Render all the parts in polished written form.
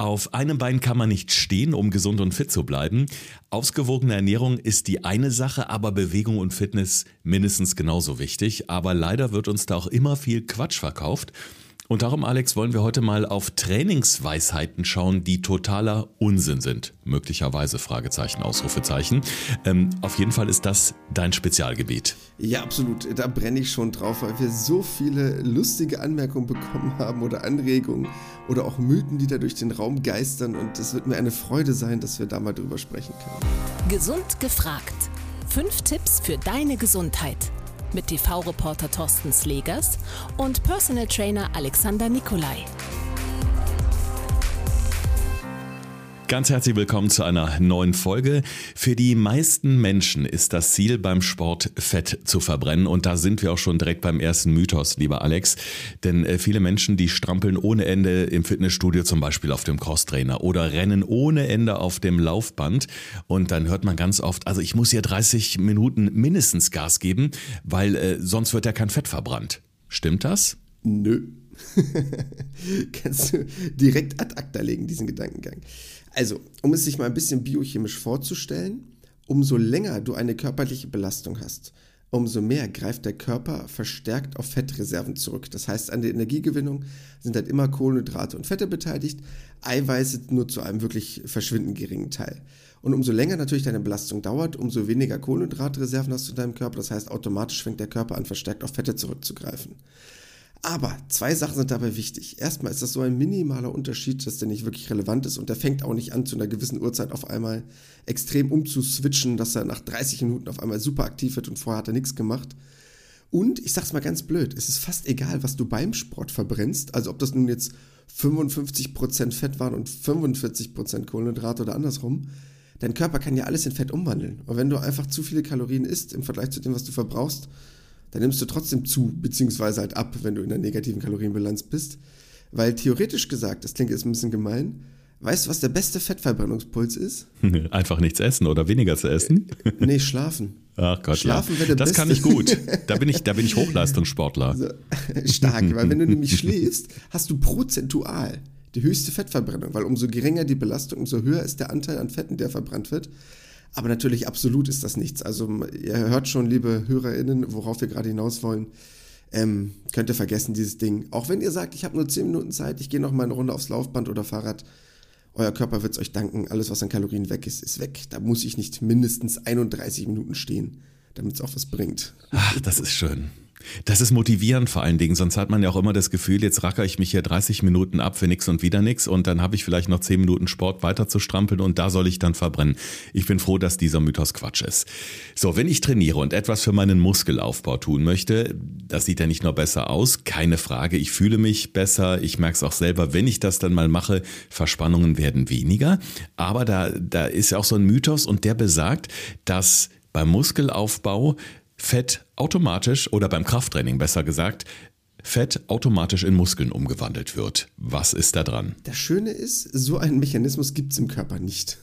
Auf einem Bein kann man nicht stehen, um gesund und fit zu bleiben. Ausgewogene Ernährung ist die eine Sache, aber Bewegung und Fitness mindestens genauso wichtig. Aber leider wird uns da auch immer viel Quatsch verkauft. Und darum, Alex, wollen wir heute mal auf Trainingsweisheiten schauen, die totaler Unsinn sind. Möglicherweise, Fragezeichen, Ausrufezeichen. Auf jeden Fall ist das dein Spezialgebiet. Ja, absolut. Da brenne ich schon drauf, weil wir so viele lustige Anmerkungen bekommen haben oder Anregungen oder auch Mythen, die da durch den Raum geistern. Und es wird mir eine Freude sein, dass wir da mal drüber sprechen können. Gesund gefragt. 5 Tipps für deine Gesundheit. Mit TV-Reporter Thorsten Slegers und Personal Trainer Alexander Nikolai. Ganz herzlich willkommen zu einer neuen Folge. Für die meisten Menschen ist das Ziel beim Sport, Fett zu verbrennen. Und da sind wir auch schon direkt beim ersten Mythos, lieber Alex. Denn viele Menschen, die strampeln ohne Ende im Fitnessstudio, zum Beispiel auf dem Crosstrainer, oder rennen ohne Ende auf dem Laufband. Und dann hört man ganz oft, also ich muss hier 30 Minuten mindestens Gas geben, weil sonst wird ja kein Fett verbrannt. Stimmt das? Nö. Kannst du direkt ad acta legen, diesen Gedankengang. Also, um es sich mal ein bisschen biochemisch vorzustellen, umso länger du eine körperliche Belastung hast, umso mehr greift der Körper verstärkt auf Fettreserven zurück. Das heißt, an der Energiegewinnung sind halt immer Kohlenhydrate und Fette beteiligt, Eiweiße nur zu einem wirklich verschwindend geringen Teil. Und umso länger natürlich deine Belastung dauert, umso weniger Kohlenhydratreserven hast du in deinem Körper. Das heißt, automatisch fängt der Körper an, verstärkt auf Fette zurückzugreifen. Aber 2 Sachen sind dabei wichtig. Erstmal ist das so ein minimaler Unterschied, dass der nicht wirklich relevant ist und der fängt auch nicht an, zu einer gewissen Uhrzeit auf einmal extrem umzuswitchen, dass er nach 30 Minuten auf einmal super aktiv wird und vorher hat er nichts gemacht. Und ich sag's mal ganz blöd, es ist fast egal, was du beim Sport verbrennst, also ob das nun jetzt 55% Fett waren und 45% Kohlenhydrate oder andersrum. Dein Körper kann ja alles in Fett umwandeln. Und wenn du einfach zu viele Kalorien isst im Vergleich zu dem, was du verbrauchst, dann nimmst du trotzdem zu, beziehungsweise halt ab, wenn du in der negativen Kalorienbilanz bist. Weil theoretisch gesagt, das klingt jetzt ein bisschen gemein, weißt du, was der beste Fettverbrennungspuls ist? Einfach nichts essen oder weniger zu essen? Nee, schlafen. Ach Gott, schlafen wäre der das beste. Kann ich gut. Da bin ich Hochleistungssportler. Also, stark, weil wenn du nämlich schläfst, hast du prozentual die höchste Fettverbrennung, weil umso geringer die Belastung, umso höher ist der Anteil an Fetten, der verbrannt wird. Aber natürlich absolut ist das nichts. Also ihr hört schon, liebe HörerInnen, worauf wir gerade hinaus wollen. Könnt ihr vergessen, dieses Ding. Auch wenn ihr sagt, ich habe nur 10 Minuten Zeit, ich gehe noch mal eine Runde aufs Laufband oder Fahrrad. Euer Körper wird es euch danken. Alles, was an Kalorien weg ist, ist weg. Da muss ich nicht mindestens 31 Minuten stehen, damit es auch was bringt. Ach, das ist schön. Das ist motivierend vor allen Dingen, sonst hat man ja auch immer das Gefühl, jetzt racker ich mich hier 30 Minuten ab für nix und wieder nix und dann habe ich vielleicht noch 10 Minuten Sport weiter zu strampeln und da soll ich dann verbrennen. Ich bin froh, dass dieser Mythos Quatsch ist. So, wenn ich trainiere und etwas für meinen Muskelaufbau tun möchte, das sieht ja nicht nur besser aus, keine Frage, ich fühle mich besser, ich merke es auch selber, wenn ich das dann mal mache, Verspannungen werden weniger, aber da ist ja auch so ein Mythos und der besagt, dass beim Muskelaufbau Fett automatisch, oder beim Krafttraining besser gesagt, Fett automatisch in Muskeln umgewandelt wird. Was ist da dran? Das Schöne ist, so einen Mechanismus gibt es im Körper nicht.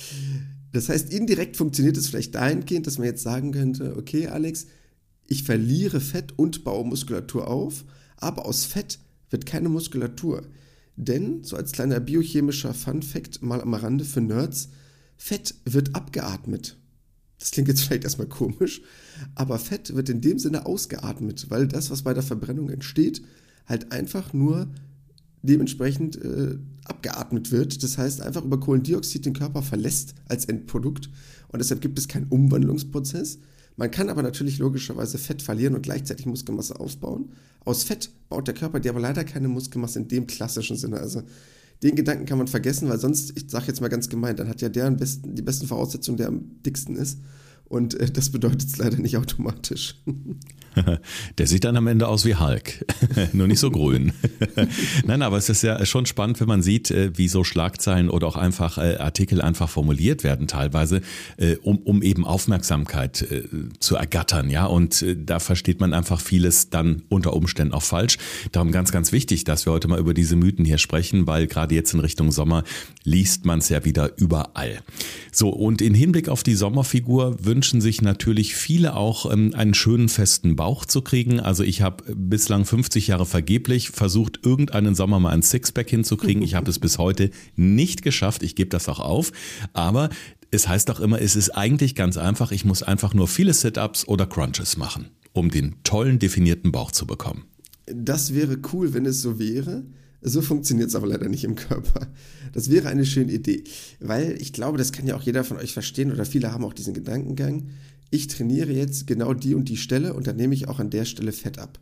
Das heißt, indirekt funktioniert es vielleicht dahingehend, dass man jetzt sagen könnte, okay Alex, ich verliere Fett und baue Muskulatur auf, aber aus Fett wird keine Muskulatur. Denn, so als kleiner biochemischer Fun-Fact mal am Rande für Nerds, Fett wird abgeatmet. Das klingt jetzt vielleicht erstmal komisch, aber Fett wird in dem Sinne ausgeatmet, weil das, was bei der Verbrennung entsteht, halt einfach nur dementsprechend abgeatmet wird. Das heißt, einfach über Kohlendioxid den Körper verlässt als Endprodukt und deshalb gibt es keinen Umwandlungsprozess. Man kann aber natürlich logischerweise Fett verlieren und gleichzeitig Muskelmasse aufbauen. Aus Fett baut der Körper dir aber leider keine Muskelmasse in dem klassischen Sinne. Also den Gedanken kann man vergessen, weil sonst, ich sage jetzt mal ganz gemein, dann hat ja der die besten Voraussetzungen, der am dicksten ist. Und das bedeutet es leider nicht automatisch. Der sieht dann am Ende aus wie Hulk, nur nicht so grün. Nein, aber es ist ja schon spannend, wenn man sieht, wie so Schlagzeilen oder auch einfach Artikel einfach formuliert werden teilweise, um eben Aufmerksamkeit zu ergattern. Ja, und da versteht man einfach vieles dann unter Umständen auch falsch. Darum ganz, ganz wichtig, dass wir heute mal über diese Mythen hier sprechen, weil gerade jetzt in Richtung Sommer liest man es ja wieder überall. So, und in Hinblick auf die Sommerfigur wünschen wünschen sich natürlich viele auch, einen schönen festen Bauch zu kriegen. Also ich habe bislang 50 Jahre vergeblich versucht, irgendeinen Sommer mal ein Sixpack hinzukriegen. Ich habe es bis heute nicht geschafft. Ich gebe das auch auf. Aber es heißt doch immer, es ist eigentlich ganz einfach. Ich muss einfach nur viele Sit-Ups oder Crunches machen, um den tollen, definierten Bauch zu bekommen. Das wäre cool, wenn es so wäre. So funktioniert es aber leider nicht im Körper. Das wäre eine schöne Idee, weil ich glaube, das kann ja auch jeder von euch verstehen oder viele haben auch diesen Gedankengang. Ich trainiere jetzt genau die und die Stelle und dann nehme ich auch an der Stelle Fett ab.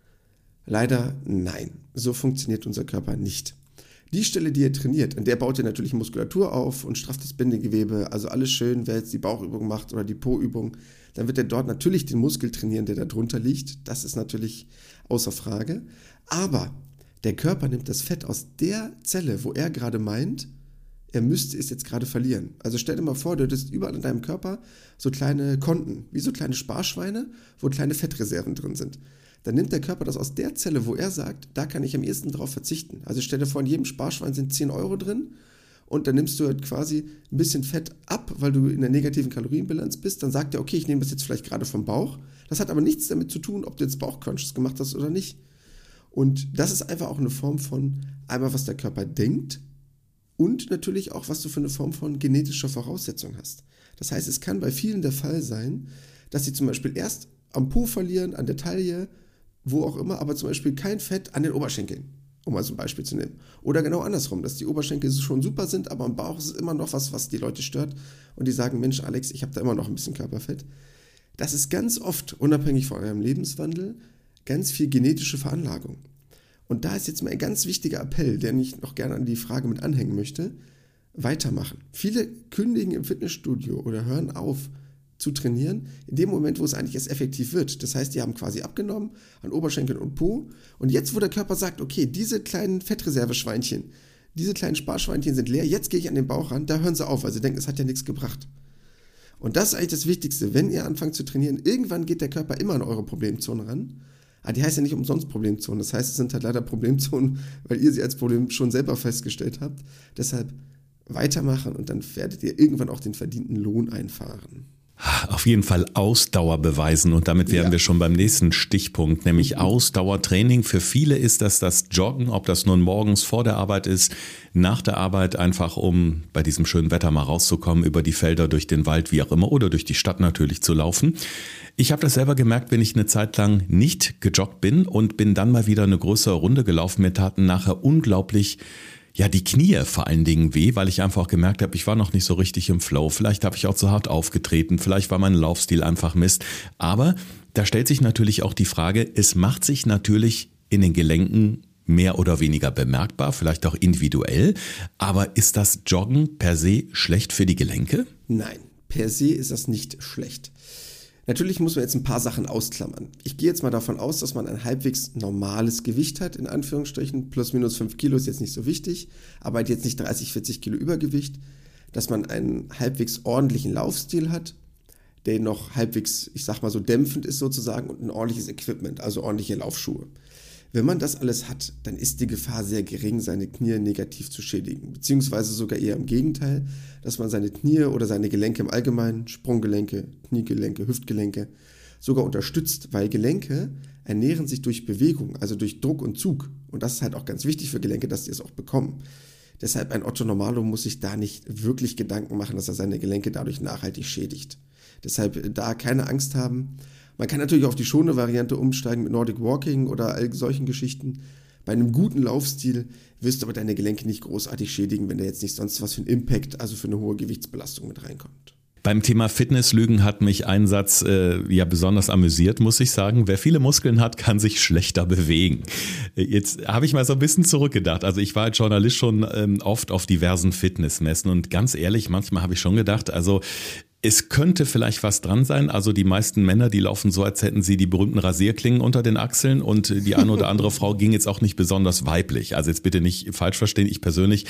Leider nein, so funktioniert unser Körper nicht. Die Stelle, die ihr trainiert, an der baut ihr natürlich Muskulatur auf und strafft das Bindegewebe, also alles schön, wer jetzt die Bauchübung macht oder die Po-Übung, dann wird er dort natürlich den Muskel trainieren, der da drunter liegt. Das ist natürlich außer Frage. Aber der Körper nimmt das Fett aus der Zelle, wo er gerade meint, er müsste es jetzt gerade verlieren. Also stell dir mal vor, du hättest überall in deinem Körper so kleine Konten, wie so kleine Sparschweine, wo kleine Fettreserven drin sind. Dann nimmt der Körper das aus der Zelle, wo er sagt, da kann ich am ehesten drauf verzichten. Also stell dir vor, in jedem Sparschwein sind 10 Euro drin und dann nimmst du halt quasi ein bisschen Fett ab, weil du in der negativen Kalorienbilanz bist. Dann sagt er, okay, ich nehme das jetzt vielleicht gerade vom Bauch. Das hat aber nichts damit zu tun, ob du jetzt Bauchcrunches gemacht hast oder nicht. Und das ist einfach auch eine Form von einmal, was der Körper denkt und natürlich auch, was du für eine Form von genetischer Voraussetzung hast. Das heißt, es kann bei vielen der Fall sein, dass sie zum Beispiel erst am Po verlieren, an der Taille, wo auch immer, aber zum Beispiel kein Fett an den Oberschenkeln, um mal so ein Beispiel zu nehmen. Oder genau andersrum, dass die Oberschenkel schon super sind, aber am Bauch ist es immer noch was die Leute stört und die sagen, Mensch Alex, ich habe da immer noch ein bisschen Körperfett. Das ist ganz oft, unabhängig von eurem Lebenswandel, ganz viel genetische Veranlagung. Und da ist jetzt mal ein ganz wichtiger Appell, den ich noch gerne an die Frage mit anhängen möchte, weitermachen. Viele kündigen im Fitnessstudio oder hören auf zu trainieren, in dem Moment, wo es eigentlich erst effektiv wird. Das heißt, die haben quasi abgenommen an Oberschenkeln und Po und jetzt, wo der Körper sagt, okay, diese kleinen Fettreserveschweinchen, diese kleinen Sparschweinchen sind leer, jetzt gehe ich an den Bauch ran, da hören sie auf, weil sie denken, es hat ja nichts gebracht. Und das ist eigentlich das Wichtigste, wenn ihr anfangt zu trainieren, irgendwann geht der Körper immer an eure Problemzone ran. Aber die heißt ja nicht umsonst Problemzonen, das heißt, es sind halt leider Problemzonen, weil ihr sie als Problem schon selber festgestellt habt. Deshalb weitermachen und dann werdet ihr irgendwann auch den verdienten Lohn einfahren. Auf jeden Fall Ausdauer beweisen und damit wären wir schon beim nächsten Stichpunkt, nämlich Ausdauertraining. Für viele ist das Joggen, ob das nun morgens vor der Arbeit ist, nach der Arbeit einfach, um bei diesem schönen Wetter mal rauszukommen, über die Felder, durch den Wald, wie auch immer, oder durch die Stadt natürlich zu laufen. Ich habe das selber gemerkt, wenn ich eine Zeit lang nicht gejoggt bin und bin dann mal wieder eine größere Runde gelaufen. Mir taten nachher unglaublich die Knie vor allen Dingen weh, weil ich einfach auch gemerkt habe, ich war noch nicht so richtig im Flow. Vielleicht habe ich auch zu hart aufgetreten, vielleicht war mein Laufstil einfach Mist. Aber da stellt sich natürlich auch die Frage, es macht sich natürlich in den Gelenken mehr oder weniger bemerkbar, vielleicht auch individuell. Aber ist das Joggen per se schlecht für die Gelenke? Nein, per se ist das nicht schlecht. Natürlich muss man jetzt ein paar Sachen ausklammern. Ich gehe jetzt mal davon aus, dass man ein halbwegs normales Gewicht hat, in Anführungsstrichen. Plus minus 5 Kilo ist jetzt nicht so wichtig, aber halt jetzt nicht 30, 40 Kilo Übergewicht. Dass man einen halbwegs ordentlichen Laufstil hat, der noch halbwegs, ich sag mal so, dämpfend ist sozusagen und ein ordentliches Equipment, also ordentliche Laufschuhe. Wenn man das alles hat, dann ist die Gefahr sehr gering, seine Knie negativ zu schädigen. Beziehungsweise sogar eher im Gegenteil, dass man seine Knie oder seine Gelenke im Allgemeinen, Sprunggelenke, Kniegelenke, Hüftgelenke, sogar unterstützt, weil Gelenke ernähren sich durch Bewegung, also durch Druck und Zug. Und das ist halt auch ganz wichtig für Gelenke, dass die es auch bekommen. Deshalb ein Otto Normalo muss sich da nicht wirklich Gedanken machen, dass er seine Gelenke dadurch nachhaltig schädigt. Deshalb da keine Angst haben. Man kann natürlich auf die schonende Variante umsteigen mit Nordic Walking oder all solchen Geschichten. Bei einem guten Laufstil wirst du aber deine Gelenke nicht großartig schädigen, wenn da jetzt nicht sonst was für ein Impact, also für eine hohe Gewichtsbelastung mit reinkommt. Beim Thema Fitnesslügen hat mich ein Satz besonders amüsiert, muss ich sagen. Wer viele Muskeln hat, kann sich schlechter bewegen. Jetzt habe ich mal so ein bisschen zurückgedacht. Also ich war als Journalist schon oft auf diversen Fitnessmessen und ganz ehrlich, manchmal habe ich schon gedacht, also es könnte vielleicht was dran sein. Also die meisten Männer, die laufen so, als hätten sie die berühmten Rasierklingen unter den Achseln und die eine oder andere Frau ging jetzt auch nicht besonders weiblich. Also jetzt bitte nicht falsch verstehen. Ich persönlich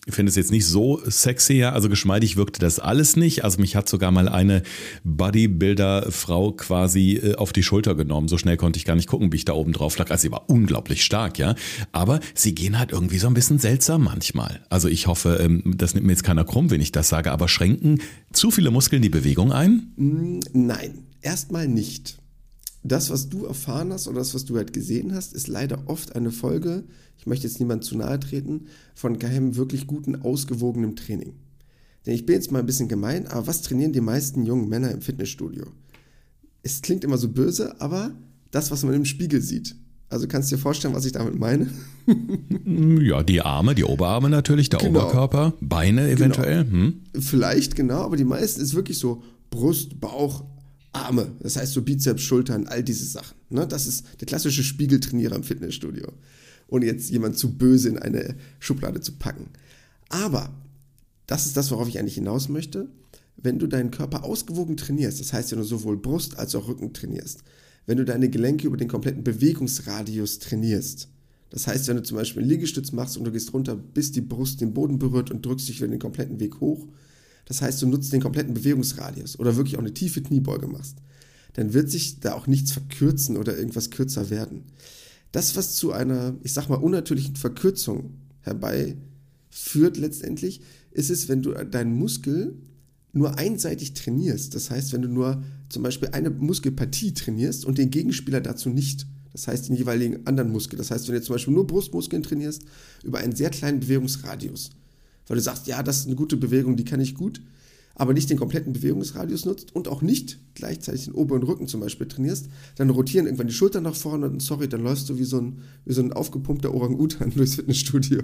finde es jetzt nicht so sexy, ja, also geschmeidig wirkte das alles nicht. Also mich hat sogar mal eine Bodybuilder-Frau quasi auf die Schulter genommen. So schnell konnte ich gar nicht gucken, wie ich da oben drauf lag. Also sie war unglaublich stark, ja. Aber sie gehen halt irgendwie so ein bisschen seltsam manchmal. Also ich hoffe, das nimmt mir jetzt keiner krumm, wenn ich das sage, aber schränken zu viele Muskeln die Bewegung ein? Nein, erstmal nicht. Das, was du erfahren hast oder das, was du halt gesehen hast, ist leider oft eine Folge, ich möchte jetzt niemand zu nahe treten, von geheim wirklich guten, ausgewogenem Training. Denn ich bin jetzt mal ein bisschen gemein, aber was trainieren die meisten jungen Männer im Fitnessstudio? Es klingt immer so böse, aber das, was man im Spiegel sieht. Also kannst du dir vorstellen, was ich damit meine? Ja, die Arme, die Oberarme natürlich, der Oberkörper, Beine eventuell. Genau. Vielleicht, genau, aber die meisten ist wirklich so Brust, Bauch, Arme, das heißt so Bizeps, Schultern, all diese Sachen. Ne? Das ist der klassische Spiegeltrainierer im Fitnessstudio. Ohne jetzt jemand zu böse in eine Schublade zu packen. Aber das ist das, worauf ich eigentlich hinaus möchte. Wenn du deinen Körper ausgewogen trainierst, das heißt, wenn du sowohl Brust als auch Rücken trainierst, wenn du deine Gelenke über den kompletten Bewegungsradius trainierst, das heißt, wenn du zum Beispiel einen Liegestütz machst und du gehst runter, bis die Brust den Boden berührt und drückst dich wieder den kompletten Weg hoch, das heißt, du nutzt den kompletten Bewegungsradius oder wirklich auch eine tiefe Kniebeuge machst, dann wird sich da auch nichts verkürzen oder irgendwas kürzer werden. Das, was zu einer, ich sag mal, unnatürlichen Verkürzung herbeiführt letztendlich, ist es, wenn du deinen Muskel nur einseitig trainierst. Das heißt, wenn du nur zum Beispiel eine Muskelpartie trainierst und den Gegenspieler dazu nicht. Das heißt, den jeweiligen anderen Muskel. Das heißt, wenn du jetzt zum Beispiel nur Brustmuskeln trainierst, über einen sehr kleinen Bewegungsradius, weil du sagst, ja, das ist eine gute Bewegung, die kann ich gut, aber nicht den kompletten Bewegungsradius nutzt und auch nicht gleichzeitig den oberen Rücken zum Beispiel trainierst, dann rotieren irgendwann die Schultern nach vorne und sorry, dann läufst du wie so ein aufgepumpter Orang-Utan durchs Fitnessstudio.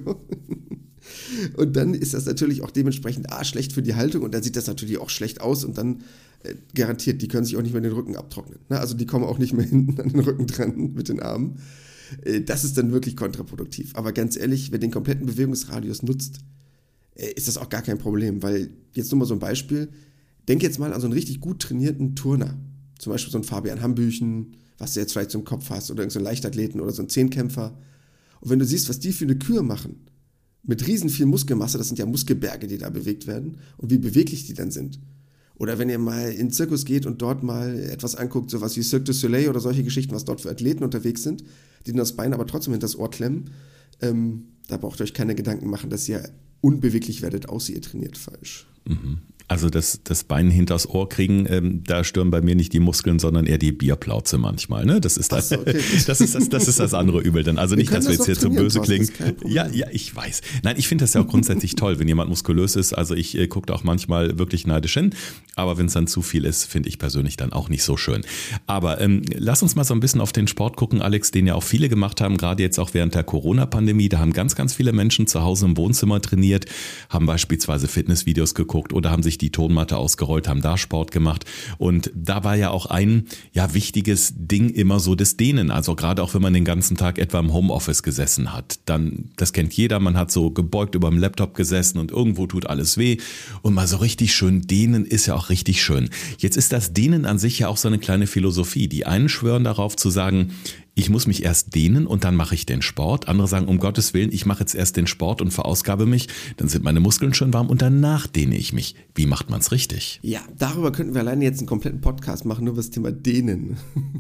Und dann ist das natürlich auch dementsprechend schlecht für die Haltung und dann sieht das natürlich auch schlecht aus und dann garantiert, die können sich auch nicht mehr den Rücken abtrocknen. Ne? Also die kommen auch nicht mehr hinten an den Rücken dran mit den Armen. Das ist dann wirklich kontraproduktiv. Aber ganz ehrlich, wer den kompletten Bewegungsradius nutzt, ist das auch gar kein Problem, weil jetzt nur mal so ein Beispiel, denk jetzt mal an so einen richtig gut trainierten Turner, zum Beispiel so einen Fabian Hambüchen, was du jetzt vielleicht so im Kopf hast, oder irgendein so Leichtathleten oder so einen Zehnkämpfer. Und wenn du siehst, was die für eine Kür machen, mit riesen viel Muskelmasse, das sind ja Muskelberge, die da bewegt werden, und wie beweglich die dann sind. Oder wenn ihr mal in den Zirkus geht und dort mal etwas anguckt, sowas wie Cirque du Soleil oder solche Geschichten, was dort für Athleten unterwegs sind, die das Bein aber trotzdem hinter das Ohr klemmen, da braucht ihr euch keine Gedanken machen, dass ihr unbeweglich werdet, außer ihr trainiert falsch. Also das Bein hinters Ohr kriegen, da stören bei mir nicht die Muskeln, sondern eher die Bierplauze manchmal. Ne? Das ist das, okay. das ist das andere Übel dann. Also nicht, dass wir jetzt hier zu böse klingen. Ja, ich weiß. Nein, ich finde das ja auch grundsätzlich toll, wenn jemand muskulös ist. Also ich gucke da auch manchmal wirklich neidisch hin. Aber wenn es dann zu viel ist, finde ich persönlich dann auch nicht so schön. Aber lass uns mal so ein bisschen auf den Sport gucken, Alex, den ja auch viele gemacht haben, gerade jetzt auch während der Corona-Pandemie. Da haben ganz, ganz viele Menschen zu Hause im Wohnzimmer trainiert, haben beispielsweise Fitnessvideos geguckt oder haben sich die Tonmatte ausgerollt, haben da Sport gemacht. Und da war ja auch ein wichtiges Ding immer so das Dehnen. Also gerade auch wenn man den ganzen Tag etwa im Homeoffice gesessen hat, dann, das kennt jeder, man hat so gebeugt über dem Laptop gesessen und irgendwo tut alles weh. Und mal so richtig schön dehnen ist ja auch richtig schön. Jetzt ist das Dehnen an sich ja auch so eine kleine Philosophie. Die einen schwören darauf zu sagen, ich muss mich erst dehnen und dann mache ich den Sport. Andere sagen, um Gottes Willen, ich mache jetzt erst den Sport und verausgabe mich, dann sind meine Muskeln schön warm und danach dehne ich mich. Wie macht man es richtig? Ja, darüber könnten wir alleine jetzt einen kompletten Podcast machen, nur über das Thema Dehnen.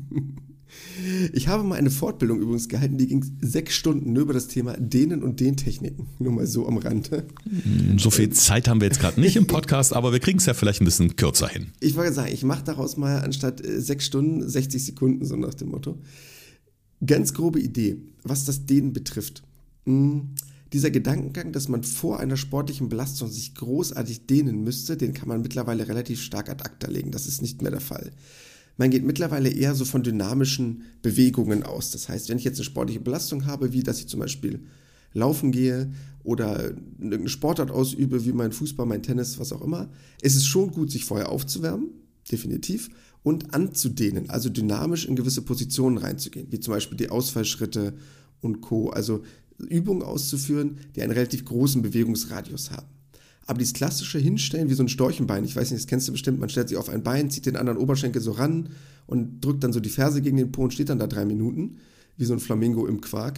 Ich habe mal eine Fortbildung übrigens gehalten, die ging 6 Stunden nur über das Thema Dehnen und Dehntechniken. Nur mal so am Rande. So viel Zeit haben wir jetzt gerade nicht im Podcast, aber wir kriegen es ja vielleicht ein bisschen kürzer hin. Ich wollte sagen, ich mache daraus mal anstatt 6 Stunden 60 Sekunden, so nach dem Motto. Ganz grobe Idee, was das Dehnen betrifft. Dieser Gedankengang, dass man vor einer sportlichen Belastung sich großartig dehnen müsste, den kann man mittlerweile relativ stark ad acta legen. Das ist nicht mehr der Fall. Man geht mittlerweile eher so von dynamischen Bewegungen aus. Das heißt, wenn ich jetzt eine sportliche Belastung habe, wie dass ich zum Beispiel laufen gehe oder eine Sportart ausübe, wie mein Fußball, mein Tennis, was auch immer, ist es schon gut, sich vorher aufzuwärmen, definitiv, und anzudehnen, also dynamisch in gewisse Positionen reinzugehen, wie zum Beispiel die Ausfallschritte und Co., also Übungen auszuführen, die einen relativ großen Bewegungsradius haben. Aber dieses klassische Hinstellen wie so ein Storchenbein, ich weiß nicht, das kennst du bestimmt, man stellt sich auf ein Bein, zieht den anderen Oberschenkel so ran und drückt dann so die Ferse gegen den Po und steht dann da 3 Minuten, wie so ein Flamingo im Quark.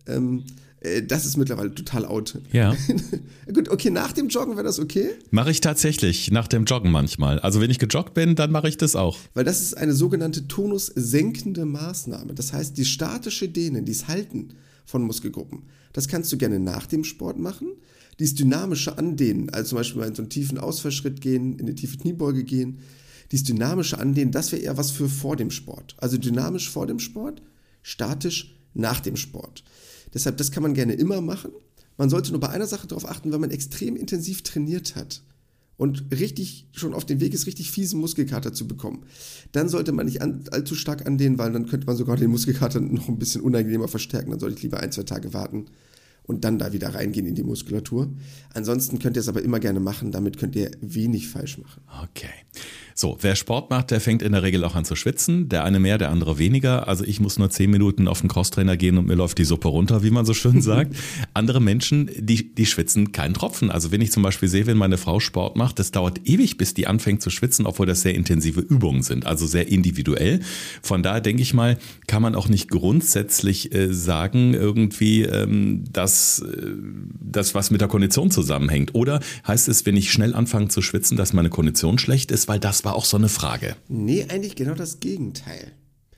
Das ist mittlerweile total out. Ja. Gut, okay, nach dem Joggen wäre das okay? Mache ich tatsächlich nach dem Joggen manchmal. Also wenn ich gejoggt bin, dann mache ich das auch. Weil das ist eine sogenannte tonussenkende Maßnahme. Das heißt, die statische Dehnen, das Halten von Muskelgruppen, das kannst du gerne nach dem Sport machen. Dieses dynamische Andehnen, also zum Beispiel mal in so einen tiefen Ausfallschritt gehen, in eine tiefe Kniebeuge gehen, dieses dynamische Andehnen, das wäre eher was für vor dem Sport. Also dynamisch vor dem Sport, statisch nach dem Sport. Deshalb, das kann man gerne immer machen. Man sollte nur bei einer Sache darauf achten, wenn man extrem intensiv trainiert hat und richtig schon auf dem Weg ist, richtig fiesen Muskelkater zu bekommen. Dann sollte man nicht allzu stark andehnen, weil dann könnte man sogar den Muskelkater noch ein bisschen unangenehmer verstärken. Dann sollte ich lieber 1-2 Tage warten und dann da wieder reingehen in die Muskulatur. Ansonsten könnt ihr es aber immer gerne machen, damit könnt ihr wenig falsch machen. Okay. So, wer Sport macht, der fängt in der Regel auch an zu schwitzen. Der eine mehr, der andere weniger. Also ich muss nur 10 Minuten auf den Crosstrainer gehen und mir läuft die Suppe runter, wie man so schön sagt. Andere Menschen, die schwitzen keinen Tropfen. Also wenn ich zum Beispiel sehe, wenn meine Frau Sport macht, das dauert ewig, bis die anfängt zu schwitzen, obwohl das sehr intensive Übungen sind, also sehr individuell. Von daher denke ich mal, kann man auch nicht grundsätzlich sagen, irgendwie, dass das was mit der Kondition zusammenhängt. Oder heißt es, wenn ich schnell anfange zu schwitzen, dass meine Kondition schlecht ist? Weil das war auch so eine Frage. Nee, eigentlich genau das Gegenteil.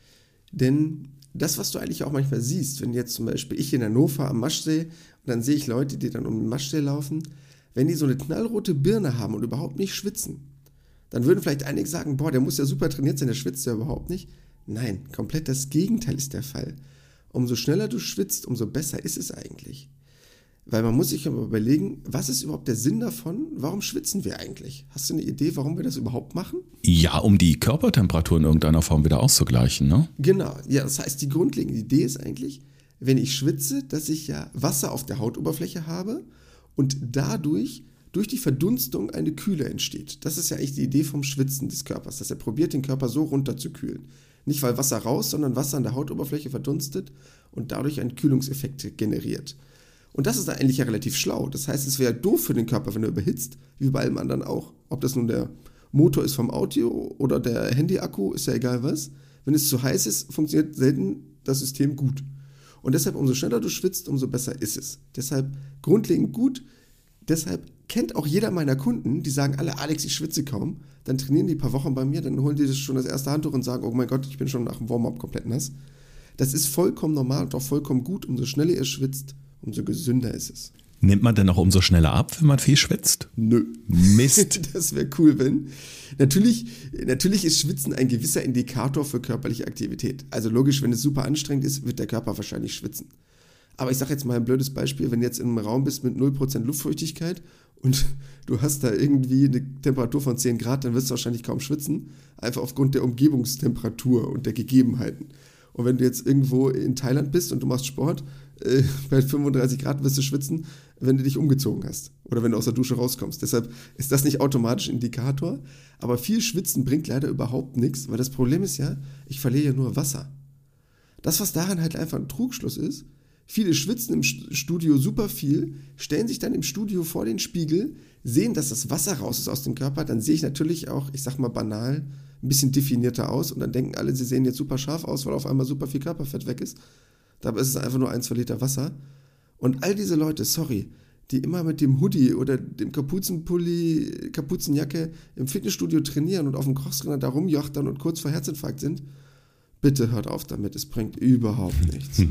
Denn das, was du eigentlich auch manchmal siehst, wenn jetzt zum Beispiel ich in Hannover am Maschsee und dann sehe ich Leute, die dann um den Maschsee laufen, wenn die so eine knallrote Birne haben und überhaupt nicht schwitzen, dann würden vielleicht einige sagen, boah, der muss ja super trainiert sein, der schwitzt ja überhaupt nicht. Nein, komplett das Gegenteil ist der Fall. Umso schneller du schwitzt, umso besser ist es eigentlich. Weil man muss sich aber überlegen, was ist überhaupt der Sinn davon? Warum schwitzen wir eigentlich? Hast du eine Idee, warum wir das überhaupt machen? Ja, um die Körpertemperatur in irgendeiner Form wieder auszugleichen, ne? Genau, ja, das heißt, die grundlegende Idee ist eigentlich, wenn ich schwitze, dass ich ja Wasser auf der Hautoberfläche habe und dadurch, durch die Verdunstung, eine Kühle entsteht. Das ist ja eigentlich die Idee vom Schwitzen des Körpers, dass er probiert, den Körper so runterzukühlen. Nicht weil Wasser raus, sondern Wasser an der Hautoberfläche verdunstet und dadurch einen Kühlungseffekt generiert. Und das ist eigentlich ja relativ schlau. Das heißt, es wäre doof für den Körper, wenn er überhitzt, wie bei allem anderen auch. Ob das nun der Motor ist vom Auto oder der Handy-Akku, ist ja egal was. Wenn es zu heiß ist, funktioniert selten das System gut. Und deshalb, umso schneller du schwitzt, umso besser ist es. Deshalb grundlegend gut. Deshalb kennt auch jeder meiner Kunden, die sagen alle, Alex, ich schwitze kaum. Dann trainieren die ein paar Wochen bei mir, dann holen die schon das erste Handtuch und sagen, oh mein Gott, ich bin schon nach dem Warm-up komplett nass. Das ist vollkommen normal und auch vollkommen gut. Umso schneller ihr schwitzt, umso gesünder ist es. Nimmt man denn auch umso schneller ab, wenn man viel schwitzt? Nö. Mist. Das wäre cool, wenn. Natürlich ist Schwitzen ein gewisser Indikator für körperliche Aktivität. Also logisch, wenn es super anstrengend ist, wird der Körper wahrscheinlich schwitzen. Aber ich sage jetzt mal ein blödes Beispiel, wenn du jetzt in einem Raum bist mit 0% Luftfeuchtigkeit und du hast da irgendwie eine Temperatur von 10 Grad, dann wirst du wahrscheinlich kaum schwitzen, einfach aufgrund der Umgebungstemperatur und der Gegebenheiten. Und wenn du jetzt irgendwo in Thailand bist und du machst Sport, bei 35 Grad wirst du schwitzen, wenn du dich umgezogen hast oder wenn du aus der Dusche rauskommst. Deshalb ist das nicht automatisch ein Indikator, aber viel Schwitzen bringt leider überhaupt nichts, weil das Problem ist ja, ich verliere ja nur Wasser. Das, was daran halt einfach ein Trugschluss ist, viele schwitzen im Studio super viel, stellen sich dann im Studio vor den Spiegel, sehen, dass das Wasser raus ist aus dem Körper, dann sehe ich natürlich auch, ich sag mal banal, ein bisschen definierter aus und dann denken alle, sie sehen jetzt super scharf aus, weil auf einmal super viel Körperfett weg ist. Dabei ist es einfach nur 1-2 Liter Wasser. Und all diese Leute, sorry, die immer mit dem Hoodie oder dem Kapuzenpulli, Kapuzenjacke im Fitnessstudio trainieren und auf dem Crosstrainer da rumjochtern und kurz vor Herzinfarkt sind, bitte hört auf damit, es bringt überhaupt nichts.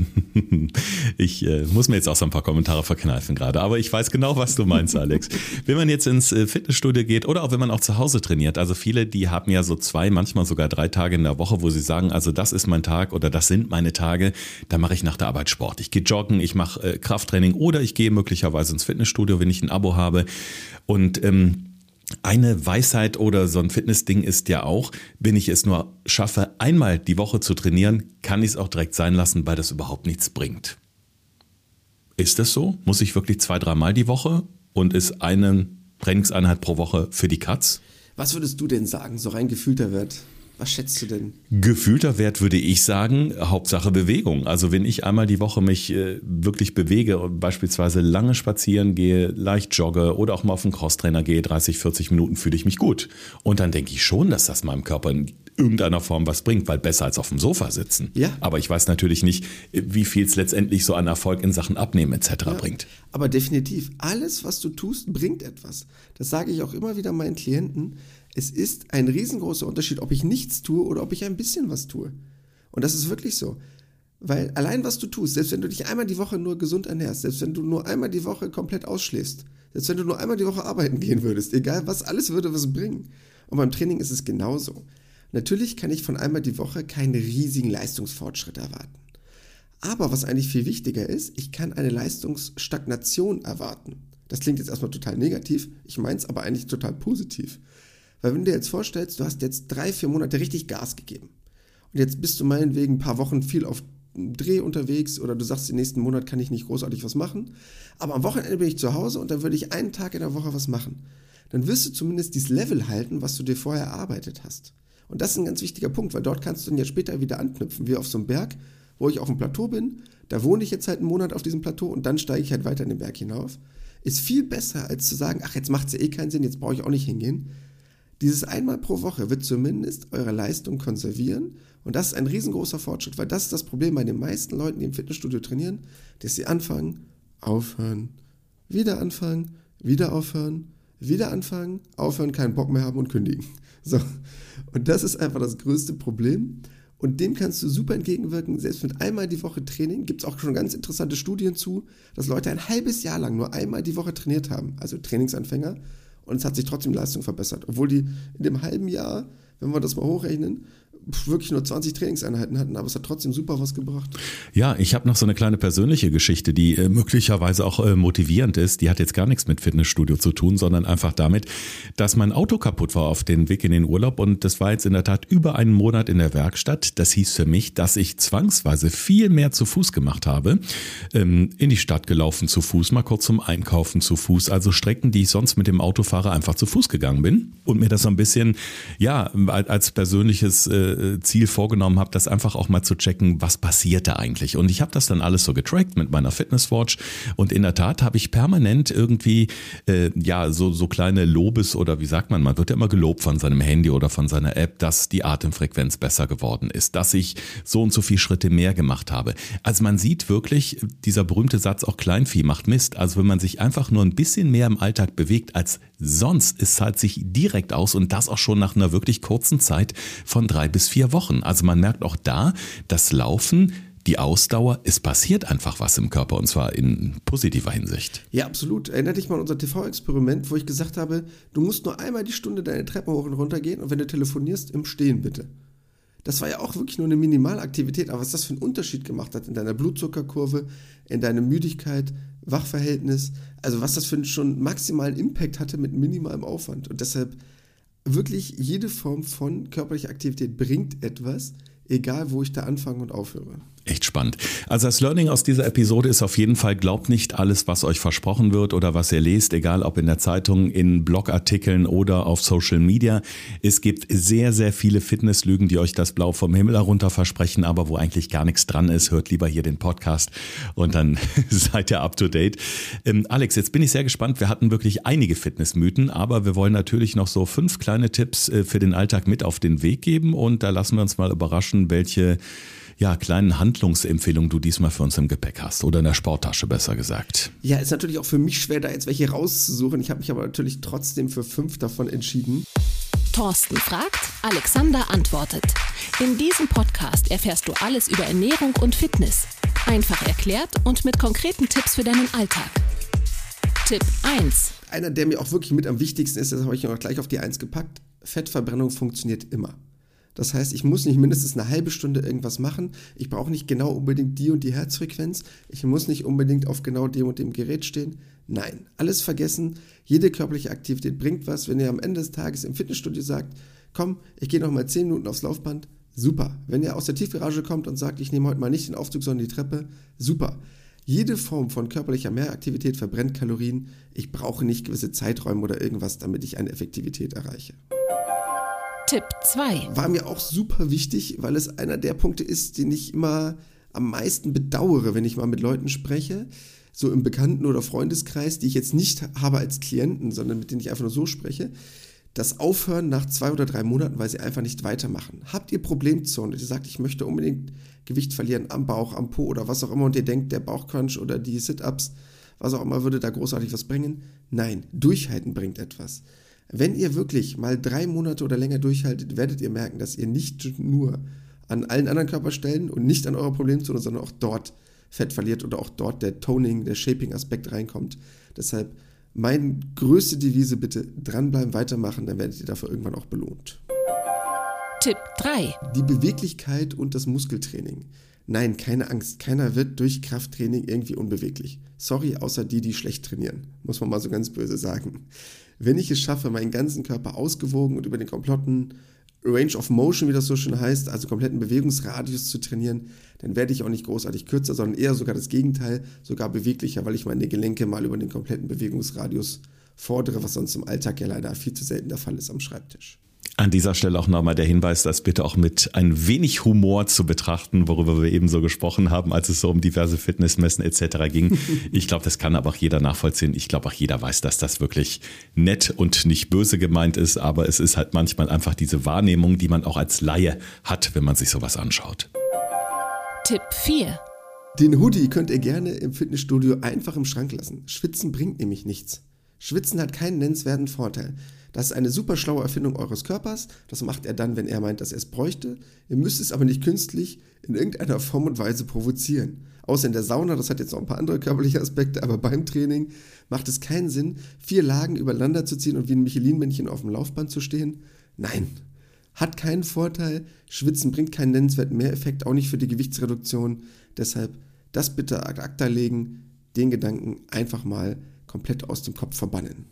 Ich muss mir jetzt auch so ein paar Kommentare verkneifen gerade, aber ich weiß genau, was du meinst, Alex. Wenn man jetzt ins Fitnessstudio geht oder auch wenn man auch zu Hause trainiert, also viele, die haben ja so 2, manchmal sogar 3 Tage in der Woche, wo sie sagen, also das ist mein Tag oder das sind meine Tage, da mache ich nach der Arbeit Sport. Ich gehe joggen, ich mache Krafttraining oder ich gehe möglicherweise ins Fitnessstudio, wenn ich ein Abo habe. Und eine Weisheit oder so ein Fitnessding ist ja auch, wenn ich es nur schaffe, einmal die Woche zu trainieren, kann ich es auch direkt sein lassen, weil das überhaupt nichts bringt. Ist das so? Muss ich wirklich 2-3 Mal die Woche und ist eine Trainingseinheit pro Woche für die Katz? Was würdest du denn sagen, so rein gefühlter Wert? Was schätzt du denn? Gefühlter Wert würde ich sagen, Hauptsache Bewegung. Also wenn ich einmal die Woche mich wirklich bewege und beispielsweise lange spazieren gehe, leicht jogge oder auch mal auf den Crosstrainer gehe, 30, 40 Minuten, fühle ich mich gut. Und dann denke ich schon, dass das meinem Körper einen irgendeiner Form was bringt, weil besser als auf dem Sofa sitzen. Ja. Aber ich weiß natürlich nicht, wie viel es letztendlich so an Erfolg in Sachen Abnehmen etc. bringt. Aber definitiv, alles, was du tust, bringt etwas. Das sage ich auch immer wieder meinen Klienten. Es ist ein riesengroßer Unterschied, ob ich nichts tue oder ob ich ein bisschen was tue. Und das ist wirklich so. Weil allein was du tust, selbst wenn du dich einmal die Woche nur gesund ernährst, selbst wenn du nur einmal die Woche komplett ausschläfst, selbst wenn du nur einmal die Woche arbeiten gehen würdest, egal was, alles würde was bringen. Und beim Training ist es genauso. Natürlich kann ich von einmal die Woche keinen riesigen Leistungsfortschritt erwarten. Aber was eigentlich viel wichtiger ist, ich kann eine Leistungsstagnation erwarten. Das klingt jetzt erstmal total negativ, ich meine es aber eigentlich total positiv. Weil wenn du dir jetzt vorstellst, du hast jetzt 3-4 Monate richtig Gas gegeben und jetzt bist du meinetwegen ein paar Wochen viel auf Dreh unterwegs oder du sagst, den nächsten Monat kann ich nicht großartig was machen, aber am Wochenende bin ich zu Hause und dann würde ich einen Tag in der Woche was machen. Dann wirst du zumindest dieses Level halten, was du dir vorher erarbeitet hast. Und das ist ein ganz wichtiger Punkt, weil dort kannst du dann ja später wieder anknüpfen, wie auf so einem Berg, wo ich auf dem Plateau bin, da wohne ich jetzt halt einen Monat auf diesem Plateau und dann steige ich halt weiter in den Berg hinauf. Ist viel besser, als zu sagen, ach, jetzt macht es ja eh keinen Sinn, jetzt brauche ich auch nicht hingehen. Dieses einmal pro Woche wird zumindest eure Leistung konservieren und das ist ein riesengroßer Fortschritt, weil das ist das Problem bei den meisten Leuten, die im Fitnessstudio trainieren, dass sie anfangen, aufhören, wieder anfangen, wieder aufhören, wieder anfangen, aufhören, keinen Bock mehr haben und kündigen. So. Und das ist einfach das größte Problem und dem kannst du super entgegenwirken, selbst mit einmal die Woche Training, gibt es auch schon ganz interessante Studien zu, dass Leute ein halbes Jahr lang nur einmal die Woche trainiert haben, also Trainingsanfänger, und es hat sich trotzdem die Leistung verbessert, obwohl die in dem halben Jahr, wenn wir das mal hochrechnen, wirklich nur 20 Trainingseinheiten hatten, aber es hat trotzdem super was gebracht. Ja, ich habe noch so eine kleine persönliche Geschichte, die möglicherweise auch motivierend ist. Die hat jetzt gar nichts mit Fitnessstudio zu tun, sondern einfach damit, dass mein Auto kaputt war auf den Weg in den Urlaub und das war jetzt in der Tat über einen Monat in der Werkstatt. Das hieß für mich, dass ich zwangsweise viel mehr zu Fuß gemacht habe, in die Stadt gelaufen zu Fuß, mal kurz zum Einkaufen zu Fuß, also Strecken, die ich sonst mit dem Autofahrer einfach zu Fuß gegangen bin und mir das so ein bisschen, ja, als persönliches Ziel vorgenommen habe, das einfach auch mal zu checken, was passiert da eigentlich. Und ich habe das dann alles so getrackt mit meiner Fitnesswatch und in der Tat habe ich permanent irgendwie so kleine Lobes- oder wie sagt man wird ja immer gelobt von seinem Handy oder von seiner App, dass die Atemfrequenz besser geworden ist, dass ich so und so viele Schritte mehr gemacht habe. Also man sieht wirklich, dieser berühmte Satz, auch Kleinvieh macht Mist. Also wenn man sich einfach nur ein bisschen mehr im Alltag bewegt als sonst, es zahlt sich direkt aus und das auch schon nach einer wirklich kurzen Zeit von 3 bis 4 Wochen. Also man merkt auch da, das Laufen, die Ausdauer, es passiert einfach was im Körper und zwar in positiver Hinsicht. Ja, absolut. Erinnere dich mal an unser TV-Experiment, wo ich gesagt habe, du musst nur einmal die Stunde deine Treppe hoch und runter gehen und wenn du telefonierst, im Stehen bitte. Das war ja auch wirklich nur eine Minimalaktivität, aber was das für einen Unterschied gemacht hat in deiner Blutzuckerkurve, in deiner Müdigkeit, Wachverhältnis, also was das für einen schon maximalen Impact hatte mit minimalem Aufwand. Und deshalb wirklich jede Form von körperlicher Aktivität bringt etwas, egal wo ich da anfange und aufhöre. Echt spannend. Also das Learning aus dieser Episode ist auf jeden Fall, glaubt nicht alles, was euch versprochen wird oder was ihr lest, egal ob in der Zeitung, in Blogartikeln oder auf Social Media. Es gibt sehr, sehr viele Fitnesslügen, die euch das Blau vom Himmel herunter versprechen, aber wo eigentlich gar nichts dran ist. Hört lieber hier den Podcast und dann seid ihr up to date. Alex, jetzt bin ich sehr gespannt. Wir hatten wirklich einige Fitnessmythen, aber wir wollen natürlich noch so 5 kleine Tipps für den Alltag mit auf den Weg geben und da lassen wir uns mal überraschen, welche kleinen Handlungsempfehlungen du diesmal für uns im Gepäck hast oder in der Sporttasche, besser gesagt. Ja, ist natürlich auch für mich schwer, da jetzt welche rauszusuchen. Ich habe mich aber natürlich trotzdem für 5 davon entschieden. Thorsten fragt, Alexander antwortet. In diesem Podcast erfährst du alles über Ernährung und Fitness. Einfach erklärt und mit konkreten Tipps für deinen Alltag. Tipp 1. Einer, der mir auch wirklich mit am wichtigsten ist, das habe ich noch gleich auf die 1 gepackt. Fettverbrennung funktioniert immer. Das heißt, ich muss nicht mindestens eine halbe Stunde irgendwas machen. Ich brauche nicht genau unbedingt die und die Herzfrequenz. Ich muss nicht unbedingt auf genau dem und dem Gerät stehen. Nein, alles vergessen. Jede körperliche Aktivität bringt was. Wenn ihr am Ende des Tages im Fitnessstudio sagt, komm, ich gehe noch mal 10 Minuten aufs Laufband, super. Wenn ihr aus der Tiefgarage kommt und sagt, ich nehme heute mal nicht den Aufzug, sondern die Treppe, super. Jede Form von körperlicher Mehraktivität verbrennt Kalorien. Ich brauche nicht gewisse Zeiträume oder irgendwas, damit ich eine Effektivität erreiche. Tipp 2. War mir auch super wichtig, weil es einer der Punkte ist, den ich immer am meisten bedauere, wenn ich mal mit Leuten spreche, so im Bekannten- oder Freundeskreis, die ich jetzt nicht habe als Klienten, sondern mit denen ich einfach nur so spreche, Das Aufhören nach 2 oder 3 Monaten, weil sie einfach nicht weitermachen. Habt ihr Problemzonen, ihr sagt, ich möchte unbedingt Gewicht verlieren am Bauch, am Po oder was auch immer und ihr denkt, der Bauchcrunch oder die Sit-Ups, was auch immer, würde da großartig was bringen? Nein, durchhalten bringt etwas. Wenn ihr wirklich mal 3 Monate oder länger durchhaltet, werdet ihr merken, dass ihr nicht nur an allen anderen Körperstellen und nicht an eurer Problemzone, sondern auch dort Fett verliert oder auch dort der Toning, der Shaping-Aspekt reinkommt. Deshalb meine größte Devise, bitte dranbleiben, weitermachen, dann werdet ihr dafür irgendwann auch belohnt. Tipp 3. Die Beweglichkeit und das Muskeltraining. Nein, keine Angst, keiner wird durch Krafttraining irgendwie unbeweglich. Sorry, außer die schlecht trainieren, muss man mal so ganz böse sagen. Wenn ich es schaffe, meinen ganzen Körper ausgewogen und über den kompletten Range of Motion, wie das so schön heißt, also kompletten Bewegungsradius zu trainieren, dann werde ich auch nicht großartig kürzer, sondern eher sogar das Gegenteil, sogar beweglicher, weil ich meine Gelenke mal über den kompletten Bewegungsradius fordere, was sonst im Alltag ja leider viel zu selten der Fall ist am Schreibtisch. An dieser Stelle auch nochmal der Hinweis, das bitte auch mit ein wenig Humor zu betrachten, worüber wir eben so gesprochen haben, als es so um diverse Fitnessmessen etc. ging. Ich glaube, das kann aber auch jeder nachvollziehen. Ich glaube, auch jeder weiß, dass das wirklich nett und nicht böse gemeint ist, aber es ist halt manchmal einfach diese Wahrnehmung, die man auch als Laie hat, wenn man sich sowas anschaut. Tipp 4. Den Hoodie könnt ihr gerne im Fitnessstudio einfach im Schrank lassen. Schwitzen bringt nämlich nichts. Schwitzen hat keinen nennenswerten Vorteil. Das ist eine super schlaue Erfindung eures Körpers. Das macht er dann, wenn er meint, dass er es bräuchte. Ihr müsst es aber nicht künstlich in irgendeiner Form und Weise provozieren. Außer in der Sauna, das hat jetzt noch ein paar andere körperliche Aspekte, aber beim Training macht es keinen Sinn, 4 Lagen übereinander zu ziehen und wie ein Michelin-Männchen auf dem Laufband zu stehen. Nein, hat keinen Vorteil. Schwitzen bringt keinen nennenswerten Mehreffekt, auch nicht für die Gewichtsreduktion. Deshalb das bitte ad acta legen, den Gedanken einfach mal komplett aus dem Kopf verbannen.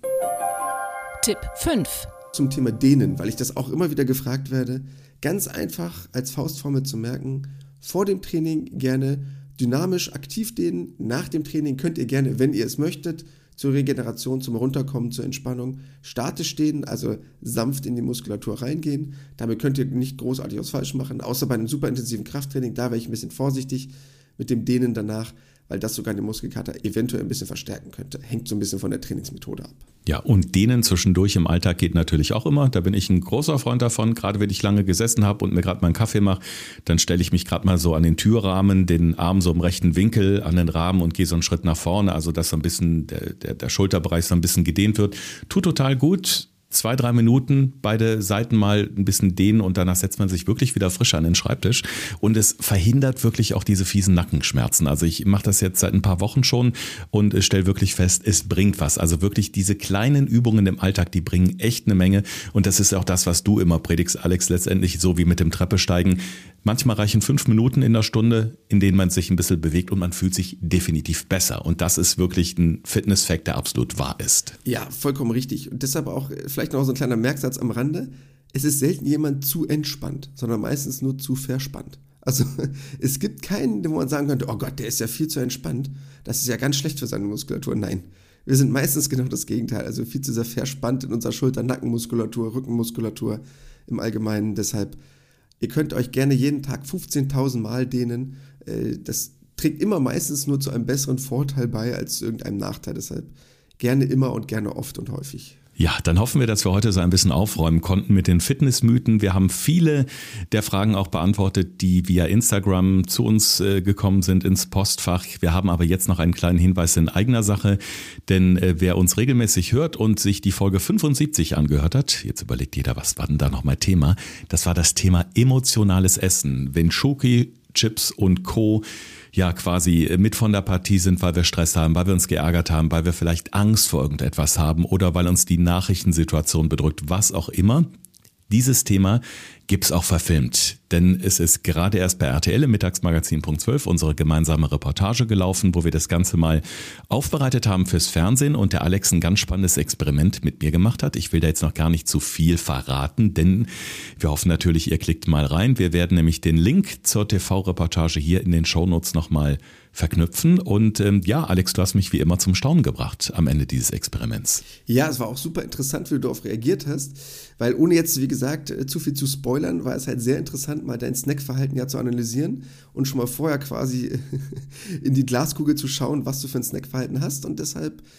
Tipp 5. Zum Thema Dehnen, weil ich das auch immer wieder gefragt werde, ganz einfach als Faustformel zu merken, vor dem Training gerne dynamisch aktiv dehnen, nach dem Training könnt ihr gerne, wenn ihr es möchtet, zur Regeneration, zum Runterkommen, zur Entspannung, statisch dehnen, also sanft in die Muskulatur reingehen. Damit könnt ihr nicht großartig was falsch machen, außer bei einem super intensiven Krafttraining, da wäre ich ein bisschen vorsichtig mit dem Dehnen danach, weil das sogar den Muskelkater eventuell ein bisschen verstärken könnte. Hängt so ein bisschen von der Trainingsmethode ab. Ja, und Dehnen zwischendurch im Alltag geht natürlich auch immer. Da bin ich ein großer Freund davon. Gerade wenn ich lange gesessen habe und mir gerade mal einen Kaffee mache, dann stelle ich mich gerade mal so an den Türrahmen, den Arm so im rechten Winkel an den Rahmen und gehe so einen Schritt nach vorne. Also dass so ein bisschen der Schulterbereich so ein bisschen gedehnt wird. Tut total gut. 2-3 Minuten, beide Seiten mal ein bisschen dehnen und danach setzt man sich wirklich wieder frisch an den Schreibtisch und es verhindert wirklich auch diese fiesen Nackenschmerzen. Also ich mache das jetzt seit ein paar Wochen schon und stelle wirklich fest, es bringt was. Also wirklich diese kleinen Übungen im Alltag, die bringen echt eine Menge und das ist auch das, was du immer predigst, Alex, letztendlich so wie mit dem Treppesteigen. Manchmal reichen 5 Minuten in der Stunde, in denen man sich ein bisschen bewegt und man fühlt sich definitiv besser. Und das ist wirklich ein Fitness-Fact, der absolut wahr ist. Ja, vollkommen richtig. Und deshalb auch vielleicht noch so ein kleiner Merksatz am Rande. Es ist selten jemand zu entspannt, sondern meistens nur zu verspannt. Also es gibt keinen, wo man sagen könnte, oh Gott, der ist ja viel zu entspannt. Das ist ja ganz schlecht für seine Muskulatur. Nein, wir sind meistens genau das Gegenteil. Also viel zu sehr verspannt in unserer Schulter-Nackenmuskulatur, Rückenmuskulatur im Allgemeinen. Deshalb ihr könnt euch gerne jeden Tag 15.000 Mal dehnen. Das trägt immer meistens nur zu einem besseren Vorteil bei als zu irgendeinem Nachteil. Deshalb gerne immer und gerne oft und häufig. Ja, dann hoffen wir, dass wir heute so ein bisschen aufräumen konnten mit den Fitnessmythen. Wir haben viele der Fragen auch beantwortet, die via Instagram zu uns gekommen sind ins Postfach. Wir haben aber jetzt noch einen kleinen Hinweis in eigener Sache, denn wer uns regelmäßig hört und sich die Folge 75 angehört hat, jetzt überlegt jeder, was war denn da nochmal Thema? Das war das Thema emotionales Essen. Wenn Schoki, Chips und Co. ja quasi mit von der Partie sind, weil wir Stress haben, weil wir uns geärgert haben, weil wir vielleicht Angst vor irgendetwas haben oder weil uns die Nachrichtensituation bedrückt, was auch immer. Dieses Thema gibt's auch verfilmt, denn es ist gerade erst bei RTL im Mittagsmagazin Punkt 12 unsere gemeinsame Reportage gelaufen, wo wir das Ganze mal aufbereitet haben fürs Fernsehen und der Alex ein ganz spannendes Experiment mit mir gemacht hat. Ich will da jetzt noch gar nicht zu viel verraten, denn wir hoffen natürlich, ihr klickt mal rein. Wir werden nämlich den Link zur TV-Reportage hier in den Shownotes nochmal verknüpfen und ja, Alex, du hast mich wie immer zum Staunen gebracht am Ende dieses Experiments. Ja, es war auch super interessant, wie du darauf reagiert hast, weil ohne jetzt, wie gesagt, zu viel zu spoilern, war es halt sehr interessant, mal dein Snackverhalten ja zu analysieren und schon mal vorher quasi in die Glaskugel zu schauen, was du für ein Snackverhalten hast und deshalb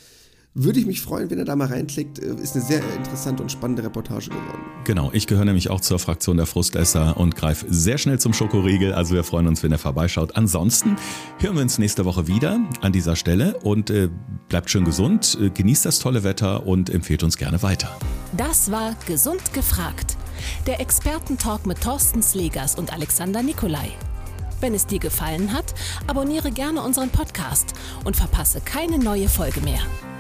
Würde ich mich freuen, wenn ihr da mal reinklickt. Ist eine sehr interessante und spannende Reportage geworden. Genau, ich gehöre nämlich auch zur Fraktion der Frustesser und greife sehr schnell zum Schokoriegel. Also wir freuen uns, wenn ihr vorbeischaut. Ansonsten hören wir uns nächste Woche wieder an dieser Stelle und bleibt schön gesund, genießt das tolle Wetter und empfehlt uns gerne weiter. Das war Gesund gefragt. Der Expertentalk mit Thorsten Slegers und Alexander Nicolai. Wenn es dir gefallen hat, abonniere gerne unseren Podcast und verpasse keine neue Folge mehr.